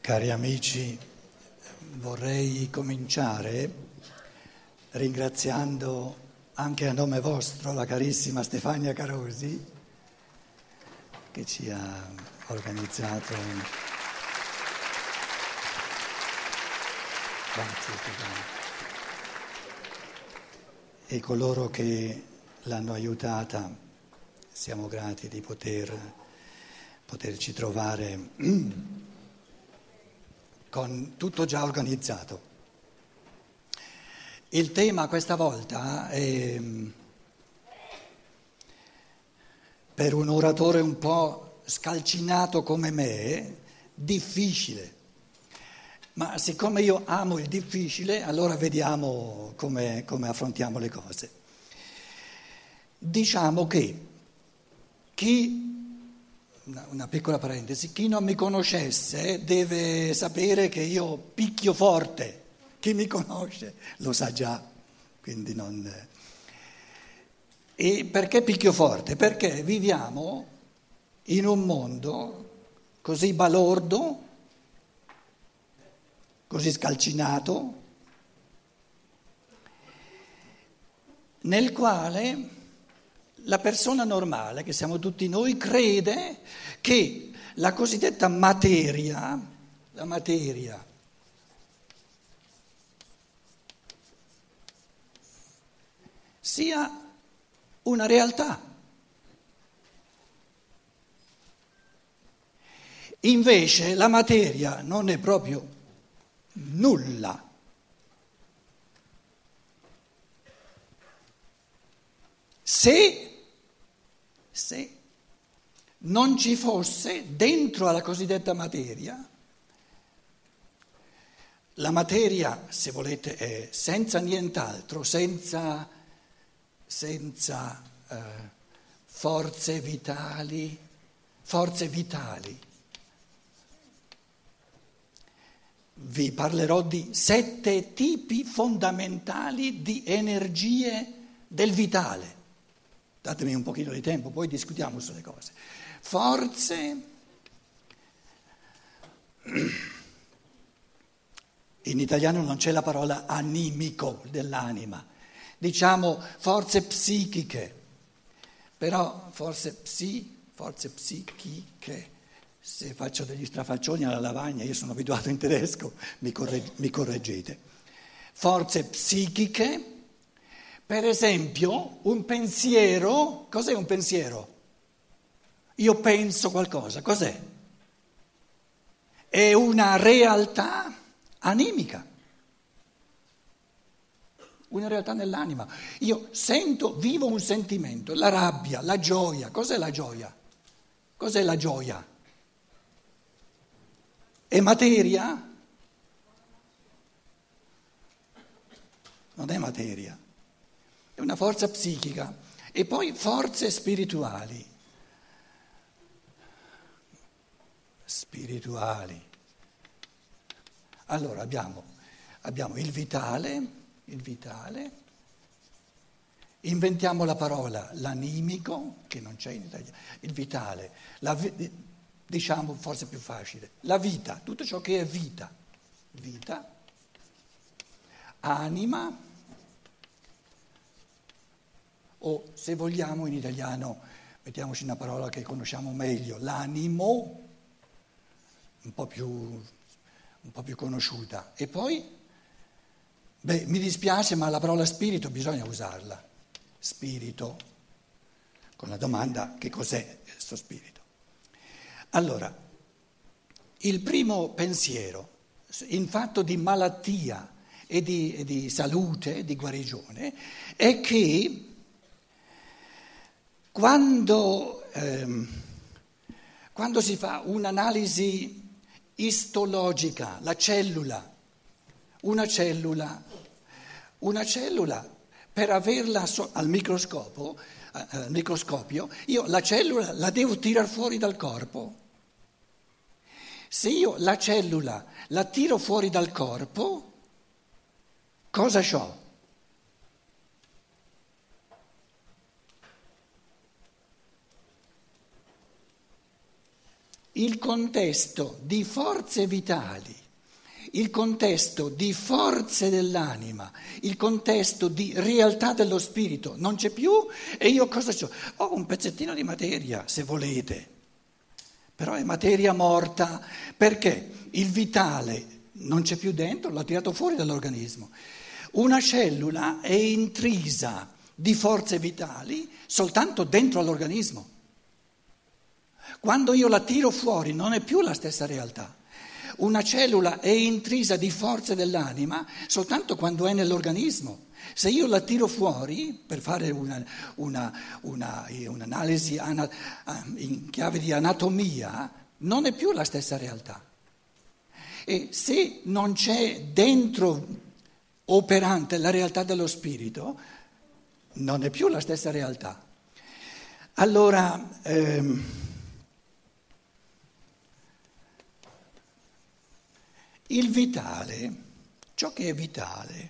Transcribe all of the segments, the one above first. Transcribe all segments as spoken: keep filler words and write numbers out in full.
Cari amici, vorrei cominciare ringraziando anche a nome vostro la carissima Stefania Carosi che ci ha organizzato. Grazie Stefania. E coloro che l'hanno aiutata, siamo grati di poter, poterci trovare con tutto già organizzato. Il tema questa volta è, per un oratore un po' scalcinato come me, difficile. Ma siccome io amo il difficile, allora vediamo come, come affrontiamo le cose. Diciamo che chi... Una piccola parentesi, chi non mi conoscesse deve sapere che io picchio forte, chi mi conosce lo sa già, quindi non... E perché picchio forte? Perché viviamo in un mondo così balordo, così scalcinato, nel quale... La persona normale, che siamo tutti noi, crede che la cosiddetta materia, la materia, sia una realtà. Invece la materia non è proprio nulla. Se Se non ci fosse dentro alla cosiddetta materia, la materia, se volete, è senza nient'altro, senza, senza eh, forze vitali, forze vitali. Vi parlerò di sette tipi fondamentali di energie del vitale. Datemi un pochino di tempo, poi discutiamo sulle cose. Forze, in italiano non c'è la parola animico dell'anima, diciamo forze psichiche, però forze psi, forze psichiche, se faccio degli strafalcioni alla lavagna, io sono abituato in tedesco, mi, corregg- mi correggete. Forze psichiche. Per esempio, un pensiero, cos'è un pensiero? Io penso qualcosa, cos'è? È una realtà animica, una realtà nell'anima. Io sento, vivo un sentimento, la rabbia, la gioia. Cos'è la gioia? Cos'è la gioia? È materia? Non è materia. È una forza psichica e poi forze spirituali. Spirituali. Allora abbiamo, abbiamo il vitale, il vitale, inventiamo la parola l'animico, che non c'è in italiano, il vitale, la, diciamo forse più facile, la vita, tutto ciò che è vita, vita, anima, o se vogliamo in italiano, mettiamoci una parola che conosciamo meglio, l'animo, un po' più, un po' più conosciuta. E poi, beh, mi dispiace, ma la parola spirito bisogna usarla. Spirito, con la domanda che cos'è questo spirito. Allora, il primo pensiero, in fatto di malattia e di, e di salute, di guarigione, è che Quando, ehm, quando si fa un'analisi istologica, la cellula, una cellula, una cellula per averla so, al microscopio, eh, al microscopio, io la cellula la devo tirar fuori dal corpo. Se io la cellula la tiro fuori dal corpo, cosa c'ho? il contesto di forze vitali, il contesto di forze dell'anima, il contesto di realtà dello spirito non c'è più e io cosa c'ho? Ho un pezzettino di materia, se volete, però è materia morta perché il vitale non c'è più dentro, l'ho tirato fuori dall'organismo. Una cellula è intrisa di forze vitali soltanto dentro all'organismo. Quando io la tiro fuori non è più la stessa realtà. Una cellula è intrisa di forze dell'anima soltanto quando è nell'organismo. Se io la tiro fuori per fare una, una, una, un'analisi ana, in chiave di anatomia, non è più la stessa realtà. E se non c'è dentro operante la realtà dello spirito, non è più la stessa realtà. Allora, ehm, il vitale, ciò che è vitale,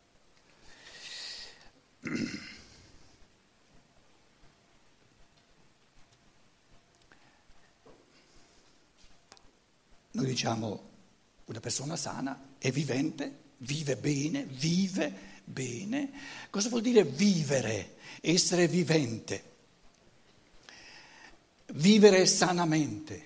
noi diciamo una persona sana è vivente, vive bene, vive bene. Cosa vuol dire vivere? Essere vivente, vivere sanamente.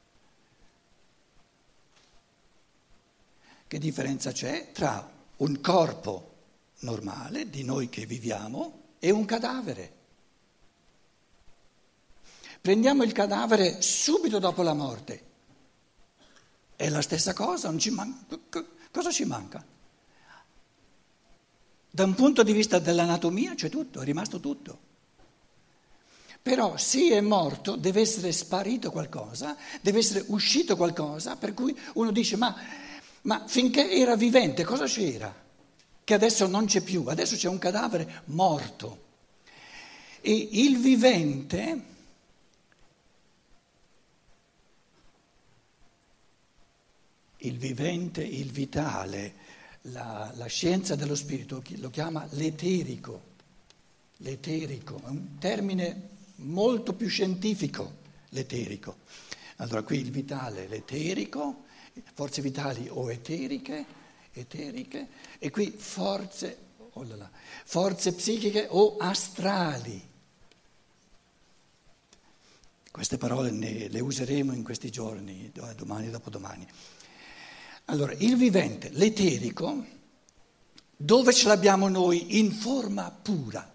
Che differenza c'è tra un corpo normale, di noi che viviamo, e un cadavere? Prendiamo il cadavere subito dopo la morte. È la stessa cosa, non ci manca. Cosa ci manca? Da un punto di vista dell'anatomia c'è tutto, è rimasto tutto. Però se è morto deve essere sparito qualcosa, deve essere uscito qualcosa, per cui uno dice ma, ma finché era vivente cosa c'era? Che adesso non c'è più, adesso c'è un cadavere morto. E il vivente... Il vivente, il vitale, la, la scienza dello spirito lo chiama l'eterico, l'eterico, è un termine molto più scientifico, l'eterico. Allora qui il vitale, l'eterico, forze vitali o eteriche, eteriche, e qui forze, oh là là, forze psichiche o astrali. Queste parole ne, le useremo in questi giorni, domani e dopodomani. Allora, il vivente, l'eterico, dove ce l'abbiamo noi? In forma pura.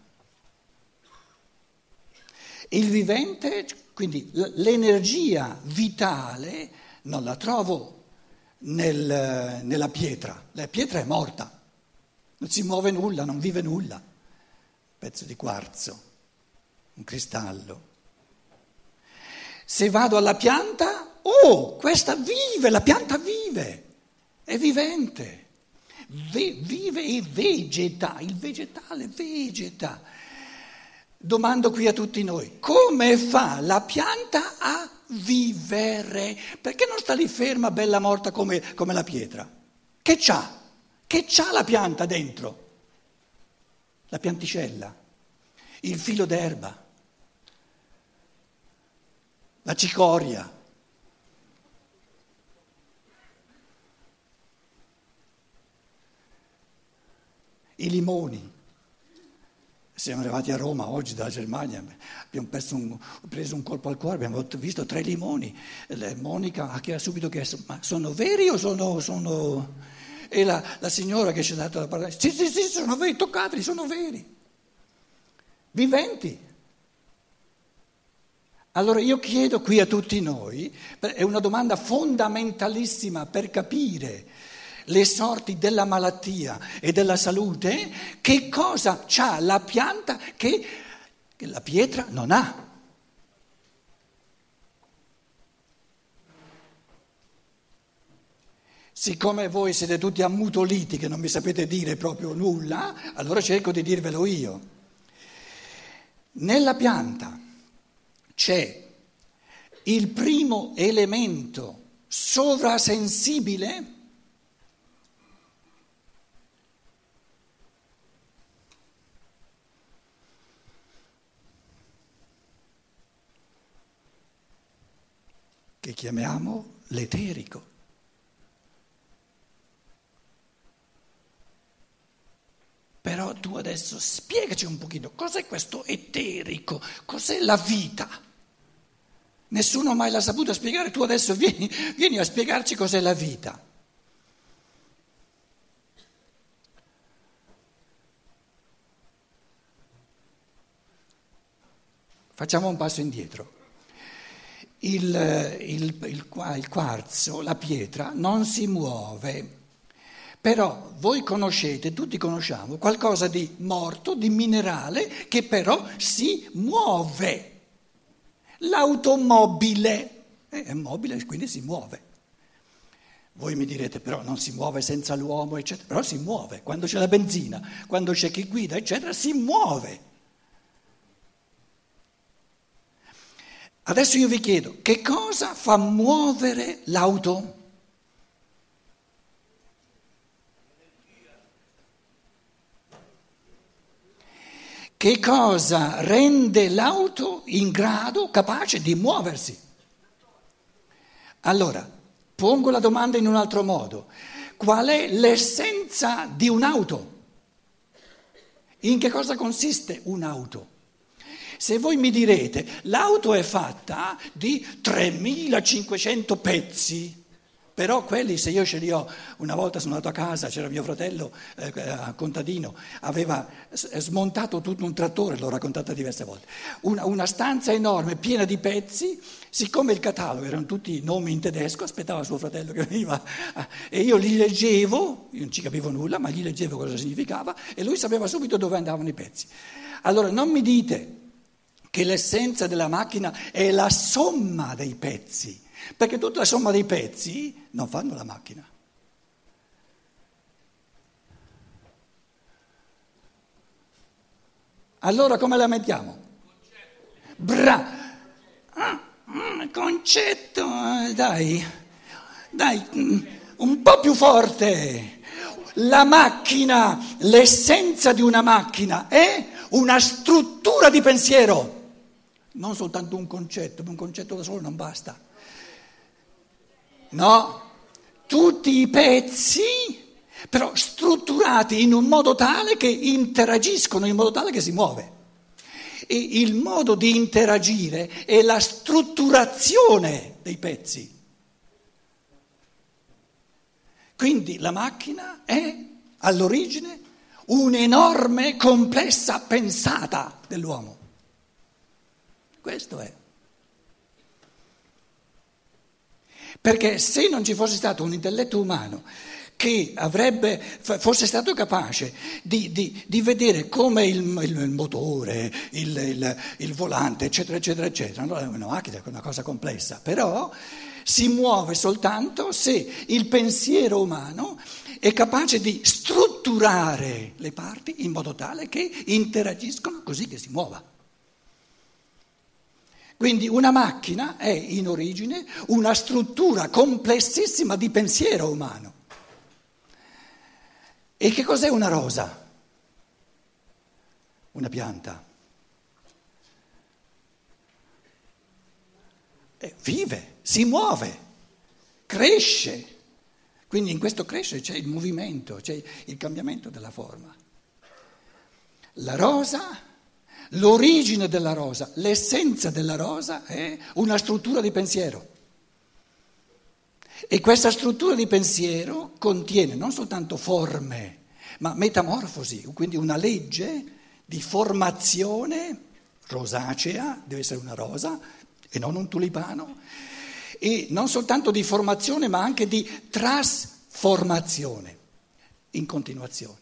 Il vivente, quindi l'energia vitale, non la trovo nel, nella pietra. La pietra è morta, non si muove nulla, non vive nulla. Un pezzo di quarzo, un cristallo. Se vado alla pianta, oh, questa vive, la pianta vive. È vivente, v- vive e vegeta, il vegetale vegeta. Domando qui a tutti noi, come fa la pianta a vivere? Perché non sta lì ferma, bella morta come, come la pietra? Che c'ha? Che c'ha la pianta dentro? La pianticella, il filo d'erba, la cicoria. I limoni. Siamo arrivati a Roma oggi dalla Germania, abbiamo preso un, preso un colpo al cuore, abbiamo visto tre limoni. E Monica ha subito chiesto, ma sono veri o sono... sono... E la, la signora che ci ha dato la parola, sì, sì, sì, sono veri, toccateli, sono veri. Viventi. Allora io chiedo qui a tutti noi, è una domanda fondamentalissima per capire le sorti della malattia e della salute, che cosa c'ha la pianta che, che la pietra non ha? Siccome voi siete tutti ammutoliti che non mi sapete dire proprio nulla, allora cerco di dirvelo io. Nella pianta c'è il primo elemento sovrasensibile che chiamiamo l'eterico. Però tu adesso spiegaci un pochino, cos'è questo eterico? Cos'è la vita? Nessuno mai l'ha saputo spiegare, tu adesso vieni, vieni a spiegarci cos'è la vita. Facciamo un passo indietro. Il, il, il, il quarzo, la pietra, non si muove. Però voi conoscete, tutti conosciamo, qualcosa di morto, di minerale, che però si muove. L'automobile è mobile, quindi si muove. Voi mi direte, però non si muove senza l'uomo, eccetera. Però si muove. Quando c'è la benzina, quando c'è chi guida, eccetera, si muove. Adesso io vi chiedo, che cosa fa muovere l'auto? Che cosa rende l'auto in grado, capace di muoversi? Allora, pongo la domanda in un altro modo. Qual è l'essenza di un'auto? In che cosa consiste un'auto? Se voi mi direte, l'auto è fatta di tremilacinquecento pezzi, però quelli, se io ce li ho, una volta sono andato a casa, c'era mio fratello eh, contadino, aveva smontato tutto un trattore, l'ho raccontata diverse volte, una, una stanza enorme piena di pezzi, siccome il catalogo erano tutti nomi in tedesco, aspettava suo fratello che veniva e io li leggevo, io non ci capivo nulla, ma gli leggevo cosa significava e lui sapeva subito dove andavano i pezzi. Allora non mi dite che l'essenza della macchina è la somma dei pezzi, perché tutta la somma dei pezzi non fanno la macchina. Allora come la mettiamo? Bra! Ah, mm, concetto, dai, dai, mm, un po' più forte. La macchina, l'essenza di una macchina è una struttura di pensiero, non soltanto un concetto, un concetto da solo non basta. No, tutti i pezzi, però strutturati in un modo tale che interagiscono, in modo tale che si muove. E il modo di interagire è la strutturazione dei pezzi. Quindi la macchina è all'origine un'enorme, complessa pensata dell'uomo. Questo è. Perché se non ci fosse stato un intelletto umano che avrebbe, fosse stato capace di, di, di vedere come il, il, il motore, il, il, il volante, eccetera, eccetera, eccetera, allora è una macchina, è una cosa complessa, però si muove soltanto se il pensiero umano è capace di strutturare le parti in modo tale che interagiscono così che si muova. Quindi una macchina è in origine una struttura complessissima di pensiero umano. E che cos'è una rosa? Una pianta. Eh, vive, si muove, cresce. Quindi in questo crescere c'è il movimento, c'è il cambiamento della forma. La rosa... L'origine della rosa, l'essenza della rosa è una struttura di pensiero. E questa struttura di pensiero contiene non soltanto forme, ma metamorfosi, quindi una legge di formazione rosacea, deve essere una rosa e non un tulipano, e non soltanto di formazione ma anche di trasformazione in continuazione.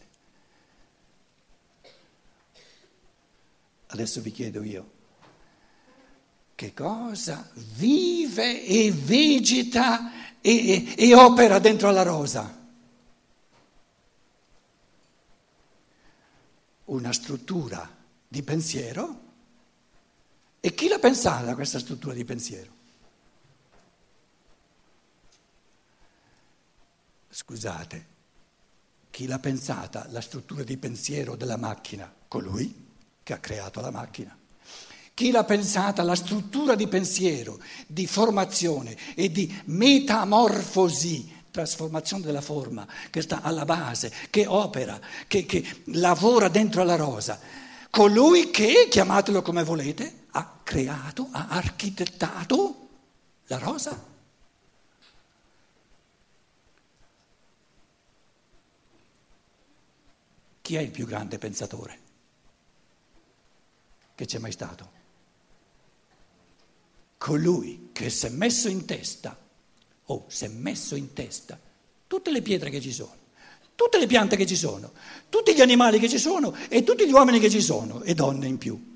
Adesso vi chiedo io, che cosa vive e vegeta e, e, e opera dentro alla rosa? Una struttura di pensiero. E chi l'ha pensata questa struttura di pensiero? Scusate, chi l'ha pensata la struttura di pensiero della macchina? Colui che ha creato la macchina. Chi l'ha pensata, la struttura di pensiero, di formazione e di metamorfosi, trasformazione della forma, che sta alla base, che opera, che, che lavora dentro la rosa. Colui che, chiamatelo come volete, ha creato, ha architettato la rosa. Chi è il più grande pensatore che c'è mai stato? Colui che si è messo in testa, o oh, si è messo in testa, tutte le pietre che ci sono, tutte le piante che ci sono, tutti gli animali che ci sono e tutti gli uomini che ci sono, e donne in più.